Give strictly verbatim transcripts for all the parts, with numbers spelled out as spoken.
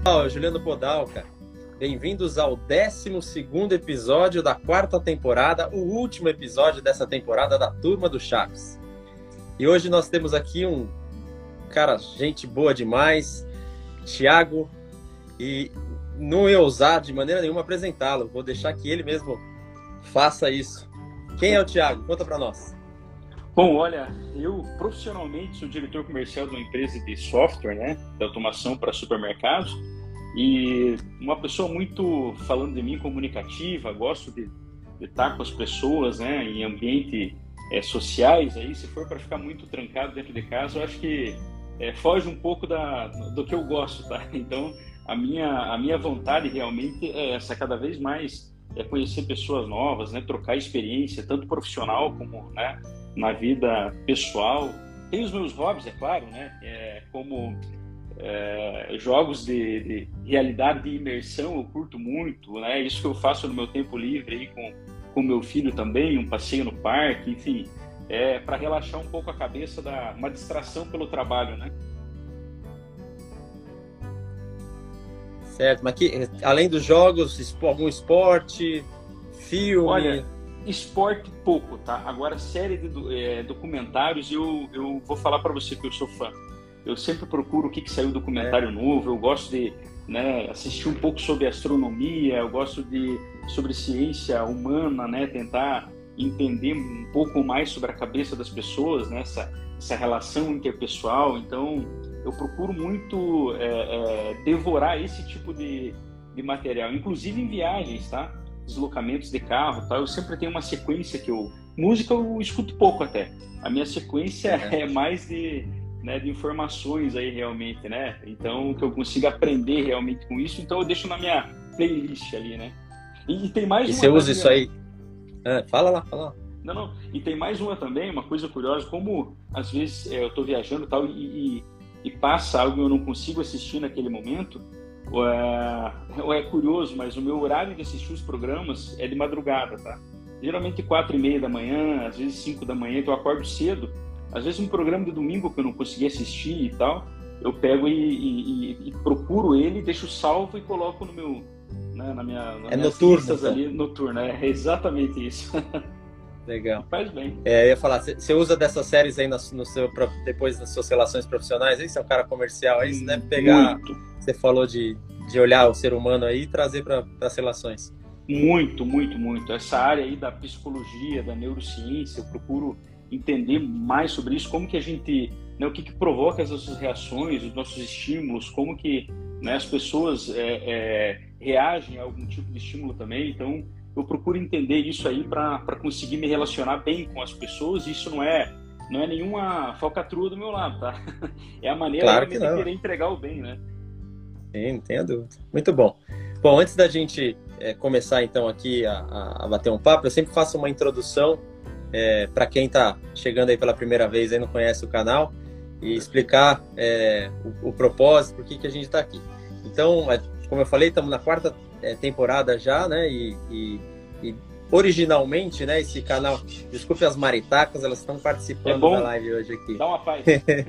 Olá, Juliano Podalca. Bem-vindos ao décimo segundo episódio da quarta temporada, o último episódio dessa temporada da Turma do Chaves. E hoje nós temos aqui um cara, gente boa demais, Thiago, e não ia ousar de maneira nenhuma apresentá-lo, vou deixar que ele mesmo faça isso. Quem é o Thiago? Conta para nós. Bom, olha, eu profissionalmente sou diretor comercial de uma empresa de software, né, de automação para supermercados, e uma pessoa muito, falando de mim, comunicativa, gosto de, de estar com as pessoas, né, em ambientes é, sociais. Aí, se for para ficar muito trancado dentro de casa, eu acho que é, foge um pouco da, do que eu gosto, tá? Então, a minha, a minha vontade realmente é essa, cada vez mais é conhecer pessoas novas, né, trocar experiência, tanto profissional como, né, na vida pessoal. Tem os meus hobbies, é claro, né, é, como é, jogos de, de realidade de imersão, eu curto muito, né, isso que eu faço no meu tempo livre aí com com meu filho também, um passeio no parque, enfim, é para relaxar um pouco a cabeça, da uma distração pelo trabalho, né. Certo, mas que, além dos jogos, algum esporte, filme? Olha, esporte pouco, tá? Agora, série de é, documentários, eu, eu vou falar para você que eu sou fã. Eu sempre procuro o que, que saiu documentário é. novo, eu gosto de, né, assistir um pouco sobre astronomia, eu gosto de sobre ciência humana, né, tentar entender um pouco mais sobre a cabeça das pessoas, né, essa, essa relação interpessoal. Então, eu procuro muito é, é, devorar esse tipo de, de material, inclusive em viagens, tá? Deslocamentos de carro, tá? Eu sempre tenho uma sequência que eu... Música eu escuto pouco até. A minha sequência é, é mais de, né, de informações aí realmente, né? Então, que eu consiga aprender realmente com isso, então eu deixo na minha playlist ali, né? E, e tem mais e uma... você usa isso aí? Ah, fala lá, fala lá. Não, não. E tem mais uma também, uma coisa curiosa, como às vezes é, eu tô viajando e tal, e... e e passa algo que eu não consigo assistir naquele momento, ou é, ou é curioso, mas o meu horário de assistir os programas é de madrugada, tá? Geralmente quatro e meia da manhã, às vezes cinco da manhã, que eu acordo cedo. Às vezes um programa de domingo que eu não consegui assistir e tal, eu pego e, e, e procuro ele, deixo salvo e coloco no meu, né, na minha, nas é minhas noturno, listas então. ali, noturno. É exatamente isso. Legal. Faz bem. É, eu ia falar, você usa dessas séries aí no, no seu, depois das suas relações profissionais, aí você é um cara comercial, aí você deve pegar, muito. Você falou de, de olhar o ser humano aí e trazer para as relações. Muito, muito, muito. Essa área aí da psicologia, da neurociência, eu procuro entender mais sobre isso, como que a gente, né, o que que provoca as nossas reações, os nossos estímulos, como que, né, as pessoas é, é, reagem a algum tipo de estímulo também. Então, eu procuro entender isso aí para conseguir me relacionar bem com as pessoas. Isso não é, não é nenhuma falcatrua do meu lado, tá? É a maneira claro que de não. querer entregar o bem, né? Sim, não tenho dúvida. Muito bom. Bom, antes da gente é, começar então aqui a, a, a bater um papo, eu sempre faço uma introdução é, para quem está chegando aí pela primeira vez e não conhece o canal, e explicar é, o, o propósito, por que que a gente está aqui. Então, é, como eu falei, estamos na quarta É, temporada já, né, e, e, e originalmente, né, esse canal, desculpe as maritacas, elas estão participando é da live hoje aqui. Dá uma paz.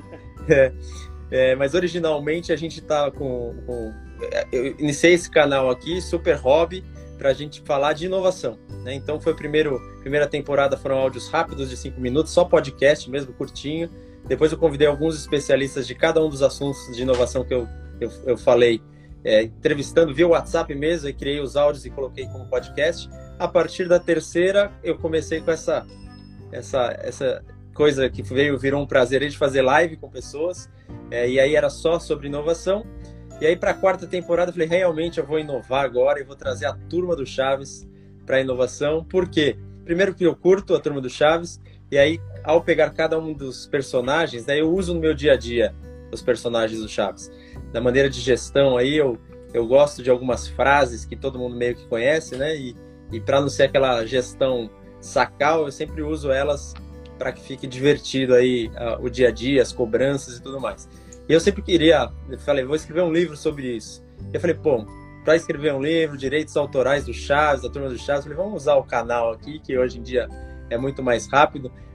é, é, mas originalmente a gente tá com, com... Eu iniciei esse canal aqui, super hobby, para a gente falar de inovação, né, então foi a primeiro, primeira temporada, foram áudios rápidos de cinco minutos, só podcast mesmo, curtinho. Depois eu convidei alguns especialistas de cada um dos assuntos de inovação que eu, eu, eu falei, É, entrevistando via WhatsApp mesmo, e criei os áudios e coloquei como podcast. A partir da terceira, eu comecei com essa, essa, essa coisa que veio, virou um prazer de fazer live com pessoas, é, e aí era só sobre inovação. E aí para a quarta temporada eu falei, realmente eu vou inovar agora e vou trazer a Turma do Chaves para a inovação. Por quê? Primeiro que eu curto a Turma do Chaves, e aí ao pegar cada um dos personagens, né, eu uso no meu dia a dia os personagens do Chaves. Da maneira de gestão aí, eu, eu gosto de algumas frases que todo mundo meio que conhece, né? E, e para não ser aquela gestão sacal, eu sempre uso elas para que fique divertido aí uh, o dia a dia, as cobranças e tudo mais. E eu sempre queria, eu falei, vou escrever um livro sobre isso. E eu falei, pô, para escrever um livro, direitos autorais do Chaves, da Turma do Chaves, eu falei, vamos usar o canal aqui, que hoje em dia é muito mais rápido.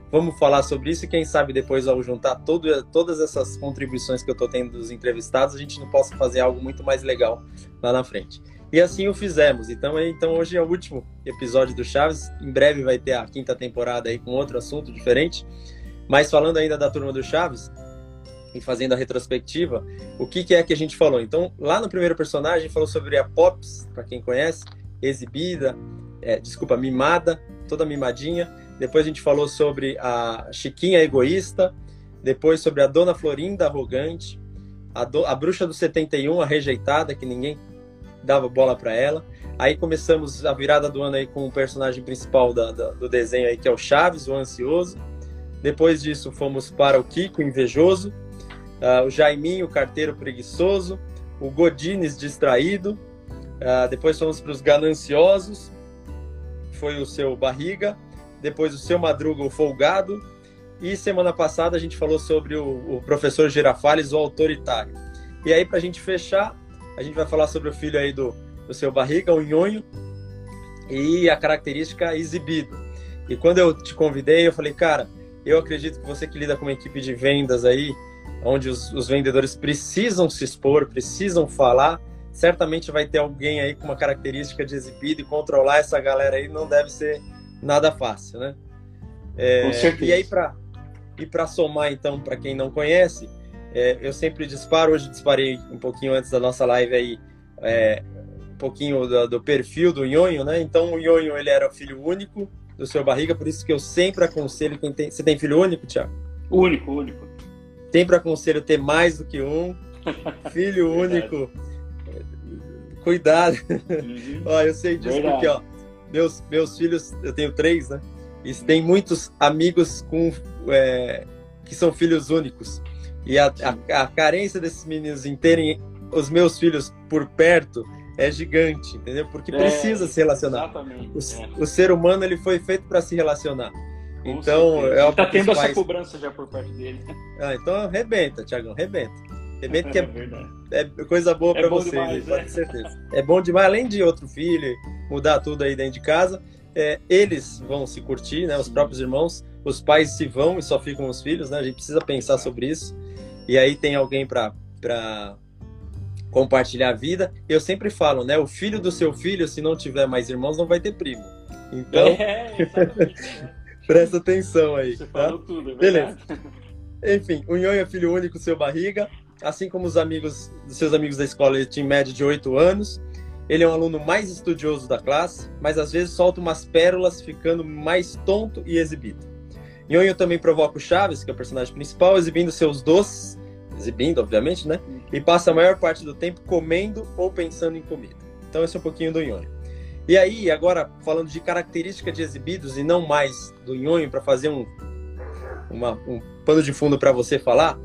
vamos falar sobre isso e quem sabe depois, ao juntar todo, todas essas contribuições que eu estou tendo dos entrevistados, a gente não possa fazer algo muito mais legal lá na frente. E assim o fizemos. Então, então hoje é o último episódio do Chaves. Em breve vai ter a quinta temporada aí com outro assunto diferente. Mas falando ainda da turma do Chaves e fazendo a retrospectiva, o que, que é que a gente falou? Então, lá no primeiro personagem, falou sobre a Pops, para quem conhece, exibida, é, desculpa, mimada, toda mimadinha. Depois a gente falou sobre a Chiquinha egoísta. Depois sobre a Dona Florinda arrogante. A, do, a Bruxa do setenta e um, a rejeitada, que ninguém dava bola para ela. Aí começamos a virada do ano aí com o personagem principal da, da, do desenho aí, que é o Chaves, o ansioso. Depois disso fomos para o Kiko, invejoso. Uh, o Jaiminho, carteiro preguiçoso. O Godines, distraído. Uh, depois fomos para os gananciosos. Foi o seu Barriga. Depois o seu Madruga, o folgado. E semana passada a gente falou sobre o, o professor Girafales, o autoritário. E aí, para a gente fechar, a gente vai falar sobre o filho aí do, do seu Barriga, o Nhonho, e a característica exibido. E quando eu te convidei, eu falei, cara, eu acredito que você que lida com uma equipe de vendas aí, onde os, os vendedores precisam se expor, precisam falar, certamente vai ter alguém aí com uma característica de exibido, e controlar essa galera aí não deve ser nada fácil, né? É, com certeza. E aí, para e para somar, então, para quem não conhece, é, eu sempre disparo, hoje disparei um pouquinho antes da nossa live aí, é, um pouquinho do, do perfil do Nhonho, né? Então, o Nhonho, ele era o filho único do seu Barriga, por isso que eu sempre aconselho quem tem... Você tem filho único, Thiago? Único, único. Sempre aconselho ter mais do que um. Filho único. Cuidado. Uhum. Ó, eu sei disso. Verdade. Porque, ó, meus, meus filhos, eu tenho três, né? E tem muitos amigos com, é, que são filhos únicos. E a, a, a carência desses meninos em terem os meus filhos por perto é gigante, entendeu? Porque precisa é, se relacionar. Exatamente. O, é. o ser humano, ele foi feito para se relacionar. Com então, é ele tá tendo essa pais... cobrança já por parte dele. Ah, então arrebenta, Thiagão, arrebenta. Arrebenta que é, é, é coisa boa para é você, demais, né? Pode ter certeza. É bom demais, além de outro filho, mudar tudo aí dentro de casa. É, eles vão se curtir, né? Os Sim. próprios irmãos, os pais se vão e só ficam os filhos, né? A gente precisa pensar sobre isso. E aí tem alguém para para compartilhar a vida. Eu sempre falo, né? O filho do seu filho, se não tiver mais irmãos, não vai ter primo. Então, é, exatamente, né? Presta atenção aí. Você tá? falou tudo, é beleza. Enfim, o Nhonho é filho único, seu Barriga. Assim como os amigos, os seus amigos da escola, ele tinha em média de oito anos. Ele é um aluno mais estudioso da classe, mas às vezes solta umas pérolas, ficando mais tonto e exibido. Nhonho também provoca o Chaves, que é o personagem principal, exibindo seus doces, exibindo, obviamente, né? E passa a maior parte do tempo comendo ou pensando em comida. Então esse é um pouquinho do Nhonho. E aí, agora, falando de característica de exibidos e não mais do Nhonho, para fazer um, uma, um pano de fundo para você falar,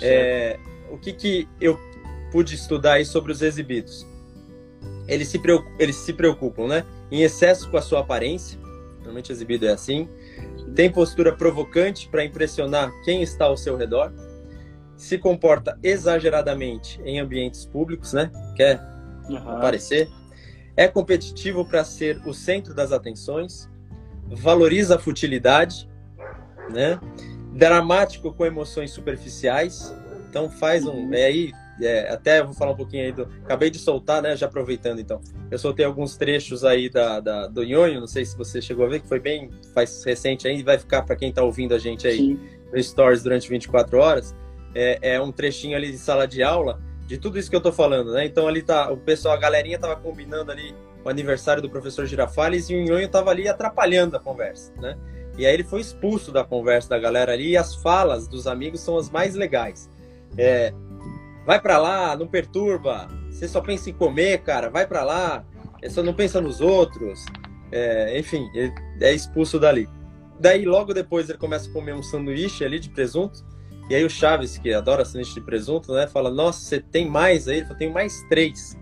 é, o que, que eu pude estudar aí sobre os exibidos? Eles se, preocupam, eles se preocupam, né? Em excesso com a sua aparência, normalmente exibido é assim, tem postura provocante para impressionar quem está ao seu redor, se comporta exageradamente em ambientes públicos, né? Quer uhum. aparecer, é competitivo para ser o centro das atenções, valoriza a futilidade, né? Dramático com emoções superficiais, então faz um... É aí, é, até eu vou falar um pouquinho aí do... Acabei de soltar, né? Já aproveitando, então. Eu soltei alguns trechos aí da, da, do Nhonho, não sei se você chegou a ver, que foi bem faz recente aí, vai ficar para quem está ouvindo a gente aí Sim. no Stories durante vinte e quatro horas. É, é um trechinho ali de sala de aula, de tudo isso que eu tô falando, né? Então ali tá, o pessoal, a galerinha tava combinando ali o aniversário do professor Girafales e o Nhonho tava ali atrapalhando a conversa, né? E aí ele foi expulso da conversa da galera ali, e as falas dos amigos são as mais legais. É, vai pra lá, não perturba, você só pensa em comer, cara, vai pra lá, você só não pensa nos outros, é, enfim, ele é expulso dali. Daí logo depois ele começa a comer um sanduíche ali de presunto, e aí o Chaves, que adora sanduíche de presunto, né, fala, nossa, você tem mais aí? Ele fala, tenho mais três.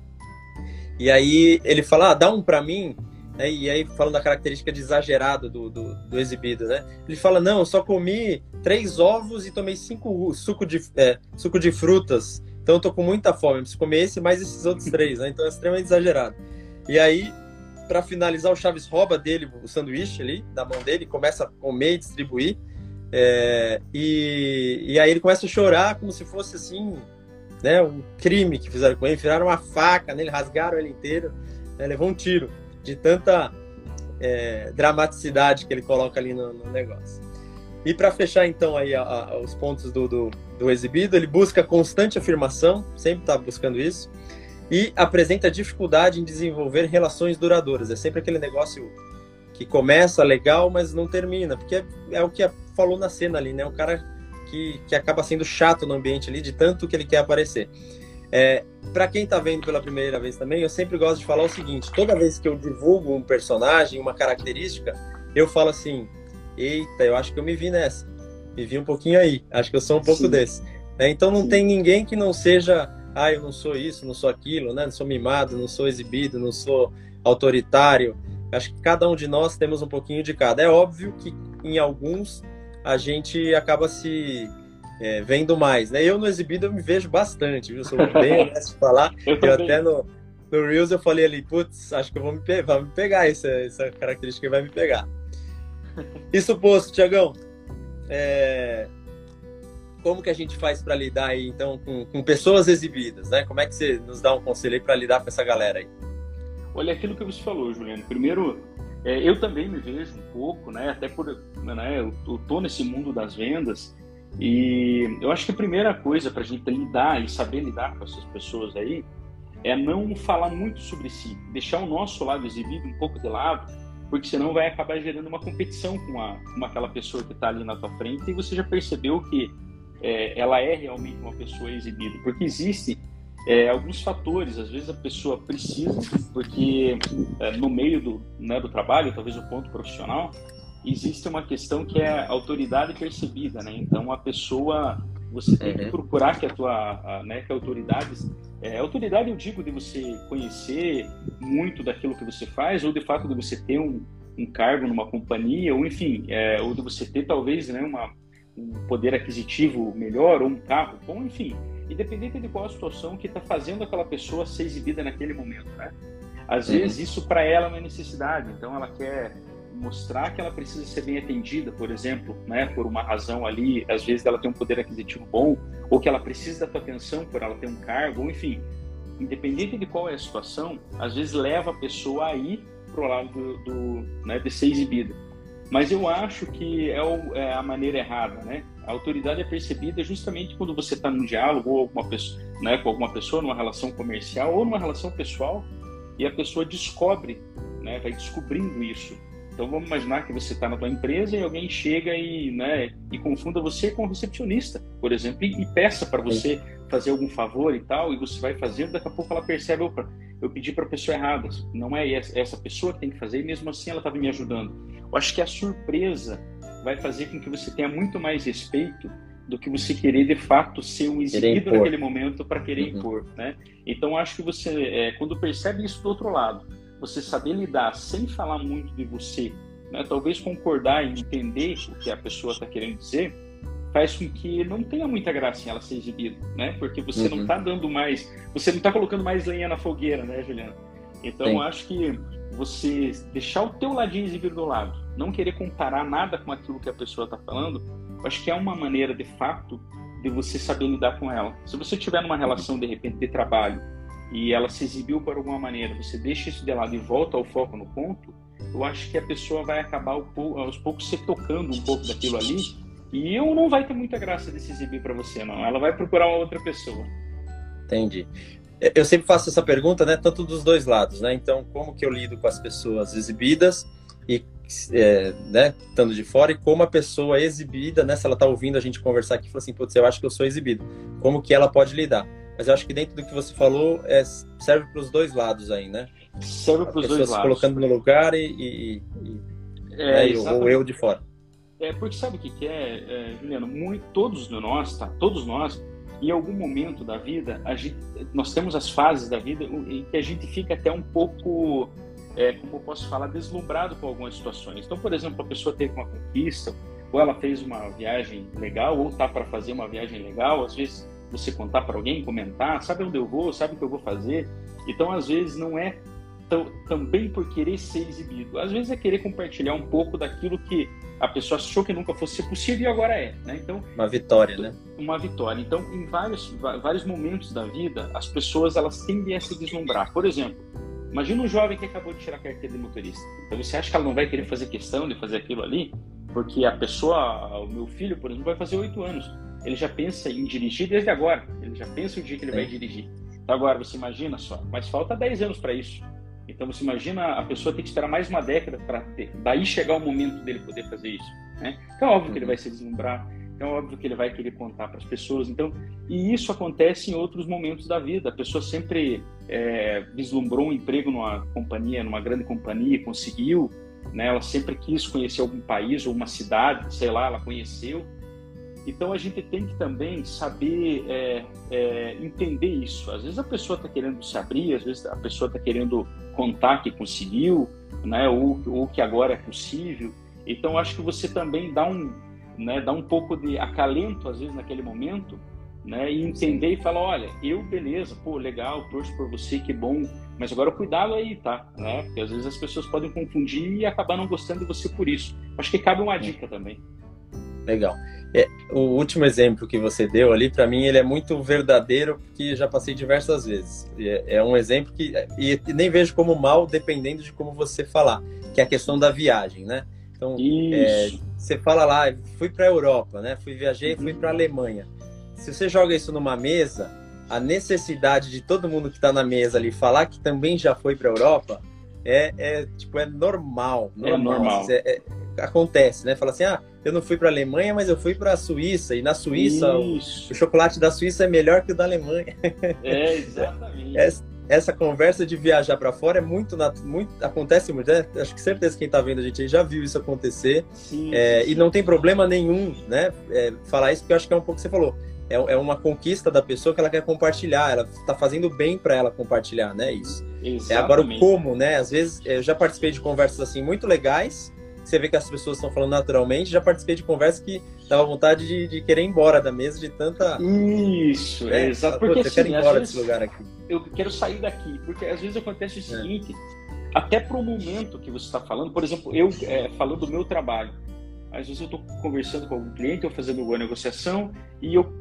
E aí ele fala, ah, dá um pra mim. É, e aí falando da característica de exagerado do, do, do exibido, né? Ele fala, não, eu só comi três ovos e tomei cinco suco de, é, suco de frutas. Então eu tô com muita fome, eu preciso comer esse mais esses outros três, né? Então é extremamente exagerado. E aí para finalizar, o Chaves rouba dele o sanduíche ali, da mão dele, começa a comer e distribuir. É, e, e aí ele começa a chorar como se fosse assim, né, um crime que fizeram com ele. Tiraram uma faca nele, rasgaram ele inteiro, né, levou um tiro de tanta é, dramaticidade que ele coloca ali no, no negócio. E para fechar então aí a, a, os pontos do, do, do exibido, ele busca constante afirmação, sempre está buscando isso, e apresenta dificuldade em desenvolver relações duradouras. É sempre aquele negócio que começa legal, mas não termina, porque é, é o que falou na cena ali, né? O cara que, que acaba sendo chato no ambiente ali, de tanto que ele quer aparecer. É, para quem tá vendo pela primeira vez também, eu sempre gosto de falar o seguinte: toda vez que eu divulgo um personagem, uma característica, eu falo assim, eita, eu acho que eu me vi nessa, me vi um pouquinho aí, acho que eu sou um pouco Sim. desse. É, então não Sim. tem ninguém que não seja, ah, eu não sou isso, não sou aquilo, né? Não sou mimado, não sou exibido, não sou autoritário. Acho que cada um de nós temos um pouquinho de cada. É óbvio que em alguns a gente acaba se é, vendo mais, né? Eu no exibido eu me vejo bastante, viu? Sou bem honesto de falar. eu, eu até no, no Reels eu falei ali, putz, acho que eu vou me, pe vai me pegar, essa, essa característica vai me pegar. Isso posto, Tiagão, é... como que a gente faz para lidar aí, então, com, com pessoas exibidas, né? Como é que você nos dá um conselho aí para lidar com essa galera aí? Olha, aquilo que você falou, Juliano. Primeiro, é, eu também me vejo um pouco, né? Até por, né, eu, eu tô nesse mundo das vendas e eu acho que a primeira coisa para a gente lidar e saber lidar com essas pessoas aí é não falar muito sobre si, deixar o nosso lado exibido um pouco de lado, porque senão vai acabar gerando uma competição com, a, com aquela pessoa que está ali na tua frente e você já percebeu que é, ela é realmente uma pessoa exibida, porque existe É, alguns fatores, às vezes a pessoa precisa, porque é, no meio do, né, do trabalho, talvez o ponto profissional, existe uma questão que é a autoridade percebida, né? Então a pessoa, você tem que procurar que a tua, a, né, que a autoridade, é, autoridade eu digo de você conhecer muito daquilo que você faz, ou de fato de você ter um, um cargo numa companhia, ou enfim, é, ou de você ter talvez, né, uma, um poder aquisitivo melhor, ou um carro bom, enfim. Independente de qual a situação que está fazendo aquela pessoa ser exibida naquele momento, né? Às uhum. vezes isso para ela é uma necessidade, então ela quer mostrar que ela precisa ser bem atendida, por exemplo, né? Por uma razão ali, às vezes ela tem um poder aquisitivo bom, ou que ela precisa da tua atenção por ela ter um cargo, ou enfim, independente de qual é a situação, às vezes leva a pessoa a ir pro lado do, do, né, de ser exibida. Mas eu acho que é, o, é a maneira errada, né? A autoridade é percebida justamente quando você está num diálogo ou alguma pessoa, né, com alguma pessoa, numa relação comercial ou numa relação pessoal, e a pessoa descobre, né, vai descobrindo isso. Então vamos imaginar que você está na tua empresa e alguém chega e, né, e confunda você com o recepcionista, por exemplo, e, e peça para você fazer algum favor e tal, e você vai fazendo, daqui a pouco ela percebe, opa, eu pedi para a pessoa errada, não é essa, essa pessoa que tem que fazer, e mesmo assim ela estava me ajudando. Eu acho que a surpresa vai fazer com que você tenha muito mais respeito do que você querer, de fato, ser um exibido naquele momento para querer uhum. impor, né? Então, acho que você, é, quando percebe isso do outro lado, você saber lidar sem falar muito de você, né? Talvez concordar e entender o que a pessoa está querendo dizer, faz com que não tenha muita graça em ela ser exibida, né? Porque você uhum. não está dando mais, você não está colocando mais lenha na fogueira, né, Juliano? Então, Sim. acho que você deixar o teu ladinho exibido do lado, não querer comparar nada com aquilo que a pessoa está falando, acho que é uma maneira, de fato, de você saber lidar com ela. Se você tiver numa relação, de repente, de trabalho, e ela se exibiu por alguma maneira, você deixa isso de lado e volta ao foco no ponto, eu acho que a pessoa vai acabar aos poucos se tocando um pouco daquilo ali, e eu não vai ter muita graça de se exibir para você, não. Ela vai procurar uma outra pessoa. Entendi. Eu sempre faço essa pergunta, né, tanto dos dois lados, né? Então, como que eu lido com as pessoas exibidas e, é, né, estando de fora, e como a pessoa exibida, né, se ela tá ouvindo a gente conversar aqui, fala assim, putz, eu acho que eu sou exibido. Como que ela pode lidar? Mas eu acho que dentro do que você falou, é, serve para os dois lados aí, né? Serve para os dois lados. Se colocando no lugar e, e, e é, né, ou eu de fora. É, porque sabe o que, que é, é, Juliano? Muito, todos nós, tá? Todos nós, em algum momento da vida, a gente, nós temos as fases da vida em que a gente fica até um pouco, é, como eu posso falar, deslumbrado com algumas situações. Então, por exemplo, a pessoa teve uma conquista, ou ela fez uma viagem legal, ou está para fazer uma viagem legal, às vezes você contar para alguém, comentar, sabe onde eu vou, sabe o que eu vou fazer. Então, às vezes, não é também por querer ser exibido. Às vezes é querer compartilhar um pouco daquilo que a pessoa achou que nunca fosse possível e agora é, né? Então, uma vitória, né? Uma vitória. Então, em vários, vários momentos da vida, as pessoas elas tendem a se deslumbrar. Por exemplo, imagina um jovem que acabou de tirar a carteira de motorista. Então, você acha que ela não vai querer fazer questão de fazer aquilo ali? Porque a pessoa, o meu filho, por exemplo, vai fazer oito anos. Ele já pensa em dirigir desde agora. Ele já pensa o dia que ele Sim. vai dirigir. Então, agora, você imagina só, mas falta dez anos para isso. Então, você imagina a pessoa ter que esperar mais uma década para ter, daí chegar o momento dele poder fazer isso, né? Então, é óbvio que ele vai se deslumbrar, então é óbvio que ele vai querer contar para as pessoas. Então, e isso acontece em outros momentos da vida. A pessoa sempre é, vislumbrou um emprego numa companhia, numa grande companhia, conseguiu, né? Ela sempre quis conhecer algum país ou uma cidade, sei lá, ela conheceu. Então, a gente tem que também saber é, é, entender isso. Às vezes a pessoa está querendo se abrir, às vezes a pessoa está querendo contar que conseguiu, né, ou, ou que agora é possível. Então, acho que você também dá um, né, dá um pouco de acalento, às vezes, naquele momento, né, e entender Sim. e falar, olha, eu, beleza, pô, legal, torço por você, que bom, mas agora cuidado aí, tá? Né? Porque às vezes as pessoas podem confundir e acabar não gostando de você por isso. Acho que cabe uma dica também. Legal. É, o último exemplo que você deu ali, para mim, ele é muito verdadeiro, porque já passei diversas vezes. É, é um exemplo que e, e nem vejo como mal, dependendo de como você falar, que é a questão da viagem, né? Então, é, você fala lá, fui para a Europa, né? Fui viajei, fui para a Alemanha. Se você joga isso numa mesa, a necessidade de todo mundo que está na mesa ali falar que também já foi para a Europa é, é tipo é normal, normal. É normal. É, é, acontece, né? Fala assim, ah, eu não fui para a Alemanha, mas eu fui para a Suíça, e na Suíça o, o chocolate da Suíça é melhor que o da Alemanha. É, exatamente. Essa, essa conversa de viajar para fora é muito, muito acontece muito, né? Acho que certeza quem está vendo a gente aí já viu isso acontecer. Sim, é, sim. E não tem problema nenhum, né? É, falar isso, porque eu acho que é um pouco o que você falou. É, é uma conquista da pessoa que ela quer compartilhar, ela está fazendo bem para ela compartilhar, né? Isso. Exatamente. É, agora o como, né? Às vezes eu já participei de conversas assim muito legais. Você vê que as pessoas estão falando naturalmente. Já participei de conversas que dava vontade de, de querer ir embora da mesa de tanta... Isso, é, exato. Porque eu assim, quero ir embora vezes, desse lugar aqui. Eu quero sair daqui. Porque às vezes acontece o seguinte, é. até para o momento que você está falando, por exemplo, eu é, falando do meu trabalho, às vezes eu estou conversando com algum cliente, eu fazendo uma negociação, e eu,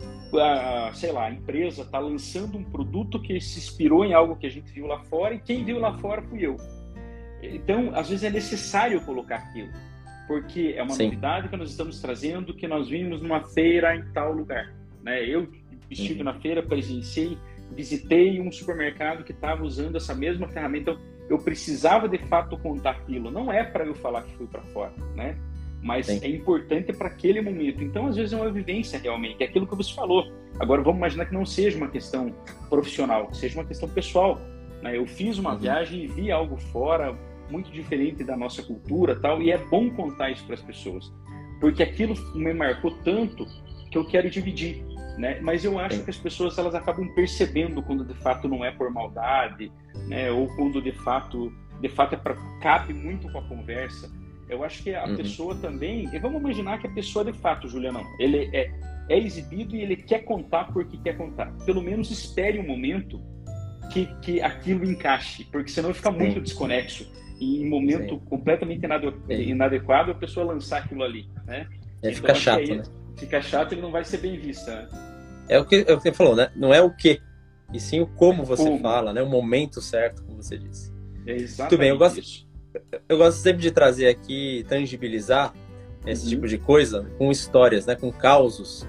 a, sei lá, a empresa está lançando um produto que se inspirou em algo que a gente viu lá fora, e quem viu lá fora fui eu. Então, às vezes é necessário colocar aquilo, porque é uma Sim. novidade que nós estamos trazendo, que nós vimos numa feira em tal lugar, né? Eu estive uhum. na feira, presenciei, visitei um supermercado que estava usando essa mesma ferramenta. Então, eu precisava de fato contar aquilo. Não é para eu falar que fui para fora, né? Mas Sim. é importante para aquele momento. Então, às vezes é uma vivência realmente, é aquilo que você falou. Agora, vamos imaginar que não seja uma questão profissional, que seja uma questão pessoal, né? Eu fiz uma uhum. viagem e vi algo fora muito diferente da nossa cultura, tal, e é bom contar isso para as pessoas, porque aquilo me marcou tanto que eu quero dividir, né? Mas eu acho Sim. que as pessoas elas acabam percebendo quando de fato não é por maldade, né? Ou quando de fato, de fato é para cabe muito com a conversa. Eu acho que a uhum. pessoa também, e vamos imaginar que a pessoa de fato, Juliano, ele é, é exibido e ele quer contar porque quer contar. Pelo menos espere um momento que, que aquilo encaixe, porque senão fica Sim. muito desconexo. E em momento Sim. completamente inadequado, a pessoa lançar aquilo ali, né? É, então, fica chato, aí, né? Fica chato e não vai ser bem vista, né? É o que, é o que você falou, né? Não é o que, e sim o como você como. fala, né? O momento certo, como você disse. É exatamente Muito bem, eu gosto, isso. eu gosto sempre de trazer aqui, tangibilizar esse uhum. tipo de coisa com histórias, né? Com causos.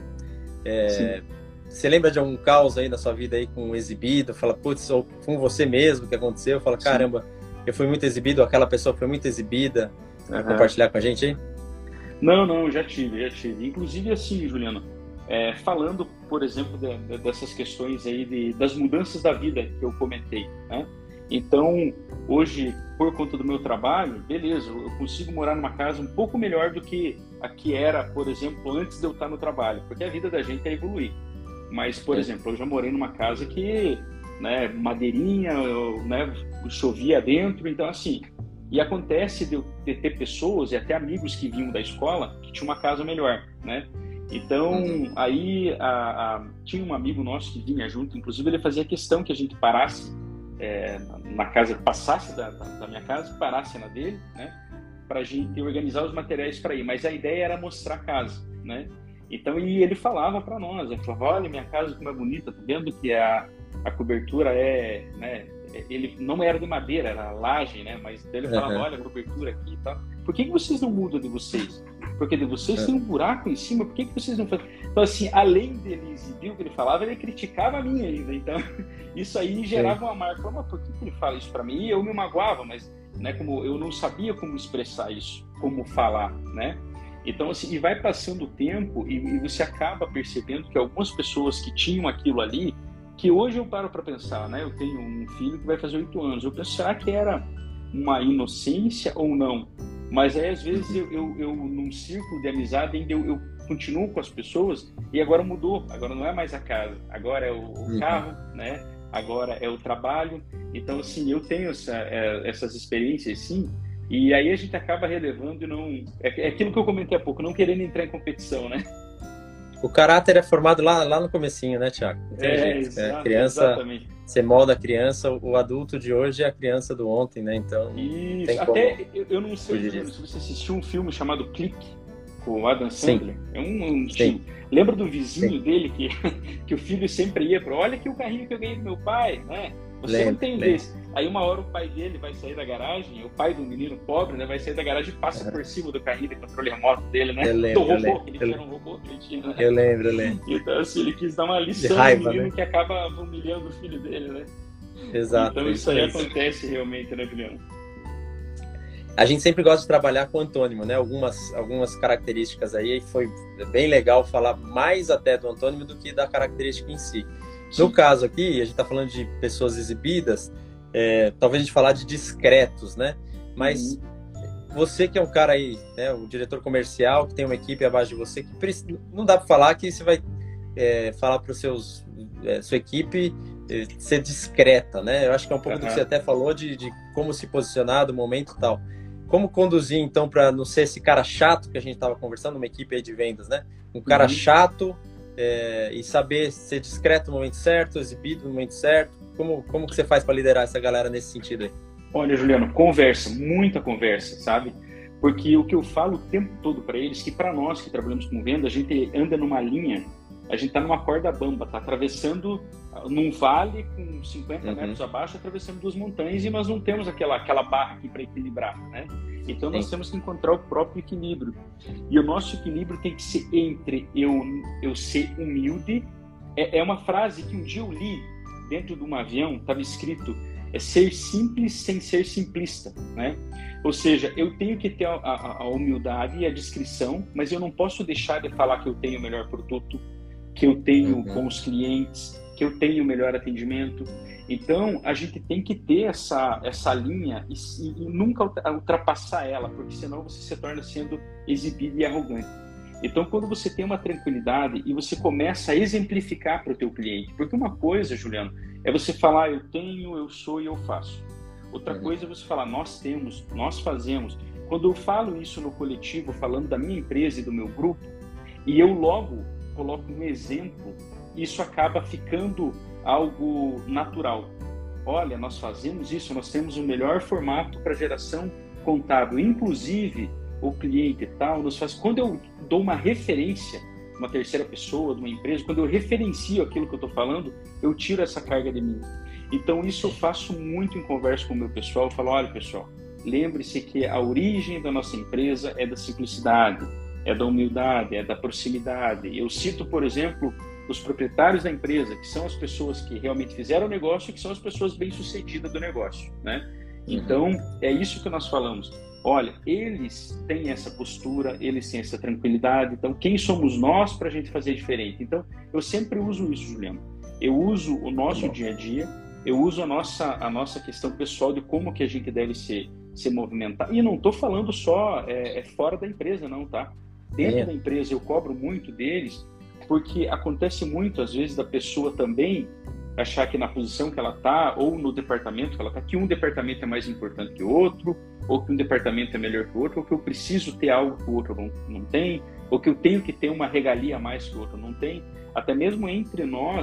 É, você lembra de algum caos aí na sua vida aí com um exibido? Fala, putz, ou com você mesmo que aconteceu? Fala, Sim. caramba, eu fui muito exibido, aquela pessoa foi muito exibida. Uhum. Vai compartilhar com a gente aí? Não, não, já tive, já tive. Inclusive assim, Juliano, é, falando, por exemplo, de, de, dessas questões aí de, das mudanças da vida que eu comentei, né? Então, hoje, por conta do meu trabalho, beleza, eu consigo morar numa casa um pouco melhor do que a que era, por exemplo, antes de eu estar no trabalho, porque a vida da gente é evoluir. Mas, por é. exemplo, eu já morei numa casa que, né, madeirinha, eu, né, chovia dentro, então assim, e acontece de, de ter pessoas e até amigos que vinham da escola que tinham uma casa melhor, né? Então, uhum. aí a, a, tinha um amigo nosso que vinha junto, inclusive ele fazia questão que a gente parasse é, na casa, passasse da, da, da minha casa, parasse na dele, né? Para a gente organizar os materiais para ir. Mas a ideia era mostrar a casa, né? Então, e ele falava para nós, ele falava, olha, minha casa como é bonita, tá vendo que a, a cobertura é, né? Ele não era de madeira, era laje, né? Mas ele falava, uhum. olha, a cobertura aqui e tal. Por que, que vocês não mudam de vocês? Porque de vocês uhum. tem um buraco em cima, por que, que vocês não fazem? Então, assim, além dele exibir o que ele falava, ele criticava a mim ainda. Então, isso aí gerava Sim. uma marca. Mas por que, que ele fala isso para mim? E eu me magoava, mas né, como eu não sabia como expressar isso, como falar, né? Então, assim, e vai passando o tempo e, e você acaba percebendo que algumas pessoas que tinham aquilo ali, que hoje eu paro para pensar, né? Eu tenho um filho que vai fazer oito anos. Eu penso, será que era uma inocência ou não? Mas aí, às vezes, eu, eu, eu num círculo de amizade, ainda eu, eu continuo com as pessoas e agora mudou. Agora não é mais a casa, agora é o, o carro, né? Agora é o trabalho. Então, assim, eu tenho essa, é, essas experiências, sim. E aí a gente acaba relevando e não... É, é aquilo que eu comentei há pouco, não querendo entrar em competição, né? O caráter é formado lá, lá no comecinho, né, Thiago? É, exato, é, criança, exatamente. Você molda a criança, o adulto de hoje é a criança do ontem, né? Então, Isso. tem Até, como eu, eu não sei se, se você assistiu um filme chamado Clique, com o Adam Sandler. Sim. É um, um tipo. Lembra do vizinho Sim. dele que, que o filho sempre ia para, olha aqui o carrinho que eu ganhei do meu pai, né? Você lembra, não tem um desse. Aí uma hora o pai dele vai sair da garagem, o pai do menino pobre, né, vai sair da garagem e passa uhum. por cima do carrinho de controle remoto dele, né? Eu lembro, do robô, eu lembro, ele eu tinha um robô que ele tinha, né? Eu lembro, eu lembro. Então, assim, ele quis dar uma lição raiva, no menino, né? que acaba humilhando o filho dele, né? Exato. Então isso aí acontece realmente, né, Juliano? A gente sempre gosta de trabalhar com antônimo, né? Algumas, algumas características aí, foi bem legal falar mais até do antônimo do que da característica em si. Sim. No caso aqui, a gente está falando de pessoas exibidas, é, talvez a gente falar de discretos, né? Mas uhum. você que é um cara aí, né? O diretor comercial, que tem uma equipe abaixo de você, que precisa, não dá para falar que você vai é, falar para os seus é, sua equipe é, ser discreta, né? Eu acho que é um pouco uhum. do que você até falou de, de como se posicionar, do momento e tal. Como conduzir, então, para não ser esse cara chato que a gente estava conversando, uma equipe aí de vendas, né? Um cara uhum. chato é, e saber ser discreto no momento certo, exibido no momento certo. Como, como que você faz para liderar essa galera nesse sentido aí? Olha, Juliano, conversa, muita conversa, sabe? Porque o que eu falo o tempo todo para eles, que para nós que trabalhamos com venda, a gente anda numa linha, a gente está numa corda bamba, tá atravessando num vale com cinquenta uhum. metros abaixo, atravessando duas montanhas e nós não temos aquela, aquela barra aqui para equilibrar, né? Então nós Sim. temos que encontrar o próprio equilíbrio. E o nosso equilíbrio tem que ser entre eu, eu ser humilde. É, é uma frase que um dia eu li dentro de um avião, estava escrito, é ser simples sem ser simplista, né? Ou seja, eu tenho que ter a, a, a humildade e a discrição, mas eu não posso deixar de falar que eu tenho o melhor produto, que eu tenho uhum. com os clientes, que eu tenho o melhor atendimento. Então, a gente tem que ter essa, essa linha e, e nunca ultrapassar ela, porque senão você se torna sendo exibido e arrogante. Então, quando você tem uma tranquilidade e você começa a exemplificar para o teu cliente, porque uma coisa, Juliano, é você falar eu tenho, eu sou e eu faço. Outra uhum. coisa é você falar nós temos, nós fazemos. Quando eu falo isso no coletivo, falando da minha empresa e do meu grupo, e eu logo coloco um exemplo, isso acaba ficando algo natural. Olha, nós fazemos isso, nós temos o melhor formato para geração contábil, inclusive o cliente e tal, nos faz... quando eu dou uma referência, uma terceira pessoa, de uma empresa, quando eu referencio aquilo que eu estou falando, eu tiro essa carga de mim. Então isso eu faço muito em conversa com o meu pessoal, eu falo, olha pessoal, lembre-se que a origem da nossa empresa é da simplicidade, é da humildade, é da proximidade. Eu cito, por exemplo, os proprietários da empresa, que são as pessoas que realmente fizeram o negócio e que são as pessoas bem-sucedidas do negócio, né? Então, é isso que nós falamos. Olha, eles têm essa postura, eles têm essa tranquilidade. Então, quem somos nós para a gente fazer diferente? Então, eu sempre uso isso, Juliano. Eu uso o nosso dia a dia, eu uso a nossa, a nossa questão pessoal de como que a gente deve ser, se movimentar. E não estou falando só é, é fora da empresa, não, tá? Dentro é. da empresa, eu cobro muito deles, porque acontece muito, às vezes, da pessoa também achar que na posição que ela está, ou no departamento que ela está, que um departamento é mais importante que o outro, ou que um departamento é melhor que o outro, ou que eu preciso ter algo que o outro não, não tem, ou que eu tenho que ter uma regalia a mais que o outro não tem. Até mesmo entre nós,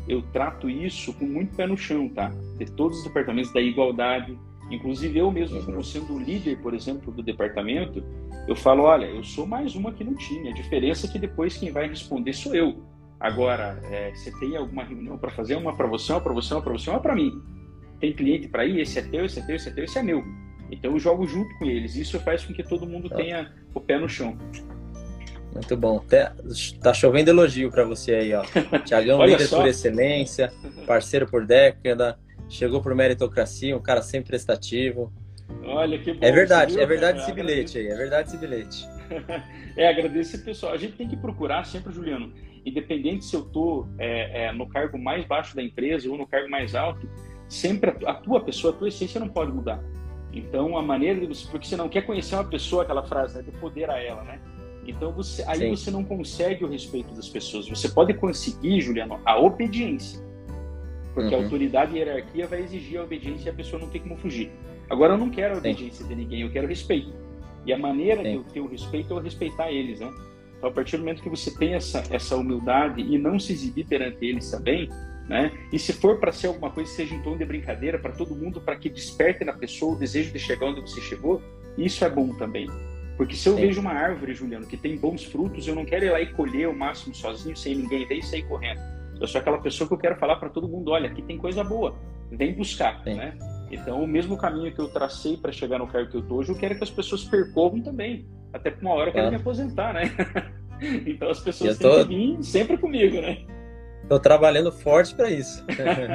eu trato isso com muito pé no chão, tá? De todos os departamentos da igualdade, inclusive eu mesmo, como sendo o líder, por exemplo, do departamento, eu falo, olha, eu sou mais uma que não tinha, a diferença é que depois quem vai responder sou eu. Agora, é, você tem alguma reunião para fazer, uma para você, uma para você, uma para você, uma para mim. Tem cliente para ir, esse é teu, esse é teu, esse é teu, esse é meu. Então eu jogo junto com eles, isso faz com que todo mundo tenha o pé no chão. Muito bom. Até, tá chovendo elogio para você aí, ó. Thiagão, líder só por excelência, parceiro por década, chegou por meritocracia, um cara sempre prestativo. Olha que bom. É verdade, é verdade esse bilhete aí, é verdade esse bilhete. É, agradeço esse pessoal. A gente tem que procurar sempre, Juliano, independente se eu tô é, é, no cargo mais baixo da empresa ou no cargo mais alto, sempre a, a tua pessoa, a tua essência não pode mudar. Então, a maneira de você... Porque você não quer conhecer uma pessoa, aquela frase, né, de poder a ela, né? Então, você, aí Sim. você não consegue o respeito das pessoas. Você pode conseguir, Juliano, a obediência. Porque uhum. a autoridade e a hierarquia vai exigir a obediência e a pessoa não tem como fugir. Agora, eu não quero a obediência Sim. de ninguém, eu quero respeito. E a maneira Sim. de eu ter o respeito é eu respeitar eles, né? Então, a partir do momento que você tem essa, essa humildade e não se exibir perante eles também, né? E se for para ser alguma coisa, seja em tom de brincadeira, para todo mundo, para que desperte na pessoa o desejo de chegar onde você chegou, isso é bom também. Porque se eu Sim. vejo uma árvore, Juliano, que tem bons frutos, eu não quero ir lá e colher o máximo sozinho, sem ninguém ver e sair correndo. Eu sou aquela pessoa que eu quero falar para todo mundo, olha, aqui tem coisa boa, vem buscar, Sim. né? Então, o mesmo caminho que eu tracei para chegar no cargo que eu estou hoje, eu quero que as pessoas percorram também. Até por uma hora eu quero claro. me aposentar, né? Então, as pessoas tô... têm que vir sempre comigo, né? Estou trabalhando forte para isso.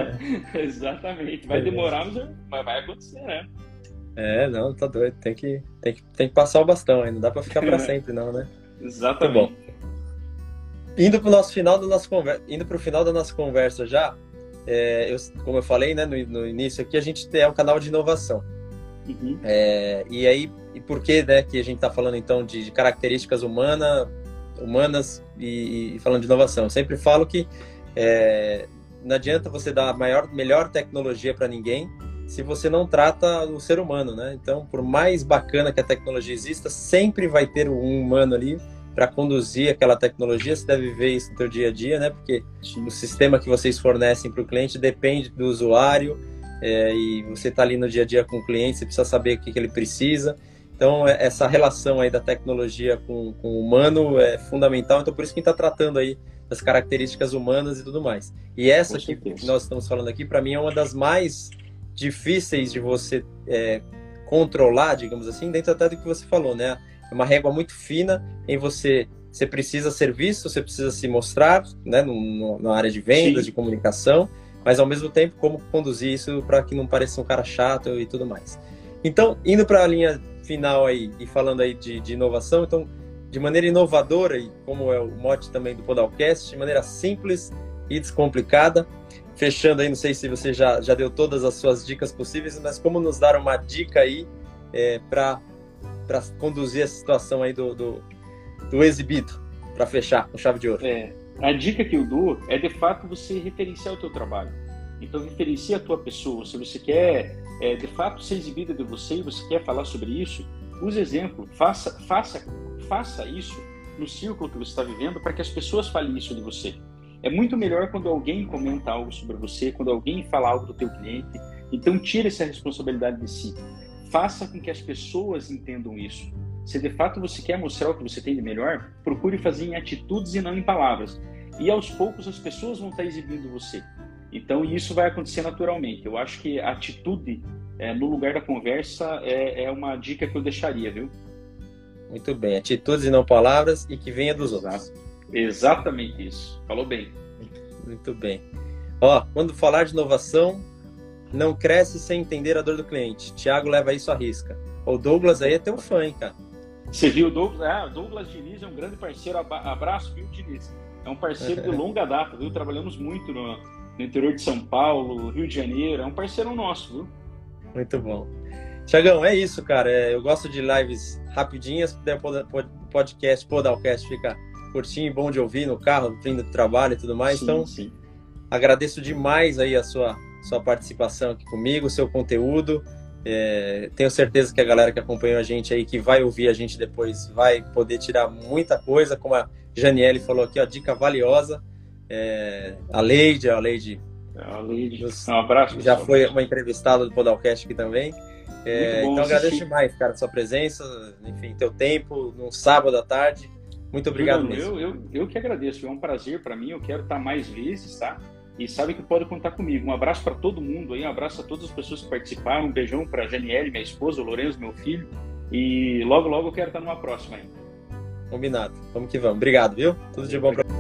Exatamente. Vai demorar, mas vai acontecer, né? É, não, tá doido. Tem que, tem que, tem que passar o bastão aí. Não dá para ficar para sempre, não, né? Exatamente. Muito bom. Indo para o nosso final da nossa conversa, indo para o final da nossa conversa já, é, eu, como eu falei, né, no, no início aqui, a gente é um canal de inovação. Uhum. É, e aí, e por que, né, que a gente está falando então de, de características humana, humanas e, e falando de inovação? Eu sempre falo que é, não adianta você dar a maior, melhor tecnologia para ninguém se você não trata o ser humano, né? Então, por mais bacana que a tecnologia exista, sempre vai ter um humano ali para conduzir aquela tecnologia. Você deve ver isso no seu dia a dia, né? Porque Sim. o sistema que vocês fornecem para o cliente depende do usuário, é, e você está ali no dia a dia com o cliente, você precisa saber o que, que ele precisa. Então, essa relação aí da tecnologia com, com o humano é fundamental. Então, por isso que a gente está tratando aí das características humanas e tudo mais. E essa que nós estamos falando aqui, para mim, é uma das mais difíceis de você é, controlar, digamos assim, dentro até do que você falou, né? É uma régua muito fina em você, você precisa ser visto, você precisa se mostrar, né, no, no, na área de vendas, Sim. de comunicação, mas ao mesmo tempo como conduzir isso para que não pareça um cara chato e tudo mais. Então, indo para a linha final aí e falando aí de, de inovação, então, de maneira inovadora, e como é o mote também do Podalcast, de maneira simples e descomplicada, fechando aí, não sei se você já, já deu todas as suas dicas possíveis, mas como nos dar uma dica aí é, para para conduzir essa situação aí do, do, do exibido, para fechar com chave de ouro? É, a dica que eu dou é, de fato, você referenciar o teu trabalho. Então, referencia a tua pessoa. Se você quer, é, de fato, ser exibida de você e você quer falar sobre isso, use exemplo. Faça, faça, faça isso no círculo que você está vivendo para que as pessoas falem isso de você. É muito melhor quando alguém comenta algo sobre você, quando alguém fala algo do teu cliente. Então, tire essa responsabilidade de si. Faça com que as pessoas entendam isso. Se de fato você quer mostrar o que você tem de melhor, procure fazer em atitudes e não em palavras. E aos poucos as pessoas vão estar exibindo você. Então isso vai acontecer naturalmente. Eu acho que a atitude é, no lugar da conversa é, é uma dica que eu deixaria, viu? Muito bem. Atitudes e não palavras, e que venha dos Exato. outros. Exatamente isso. Falou bem. Muito bem. Ó, quando falar de inovação, não cresce sem entender a dor do cliente. Thiago leva isso à risca. O Douglas aí é teu fã, hein, cara? Você viu o Douglas? Ah, o Douglas Diniz é um grande parceiro. Abraço, viu, Diniz? É um parceiro de longa data, viu? Trabalhamos muito no, no interior de São Paulo, Rio de Janeiro. É um parceiro nosso, viu? Muito bom. Thiagão, é isso, cara. É, eu gosto de lives rapidinhas, puder podcast, Podalcast fica curtinho e bom de ouvir no carro, vindo do trabalho e tudo mais. Sim, então, sim. Agradeço demais aí a sua sua participação aqui comigo, seu conteúdo. É, tenho certeza que a galera que acompanhou a gente aí, que vai ouvir a gente depois, vai poder tirar muita coisa, como a Janiele falou aqui, ó, dica valiosa. é, a Leide, a Leide, a Leide. Um abraço. Já foi uma entrevistada do Podalcast aqui também. É, então assistir. agradeço demais, cara, sua presença, enfim, teu tempo, num sábado à tarde. Muito obrigado Bruno, mesmo. Eu, eu, eu que agradeço, é um prazer para mim, eu quero estar mais vezes, tá? E sabe que pode contar comigo. Um abraço para todo mundo aí, um abraço a todas as pessoas que participaram, um beijão para a Janiele, minha esposa, o Lourenço, meu filho, e logo, logo eu quero estar numa próxima aí. Combinado, vamos que vamos. Obrigado, viu? Tudo de bom para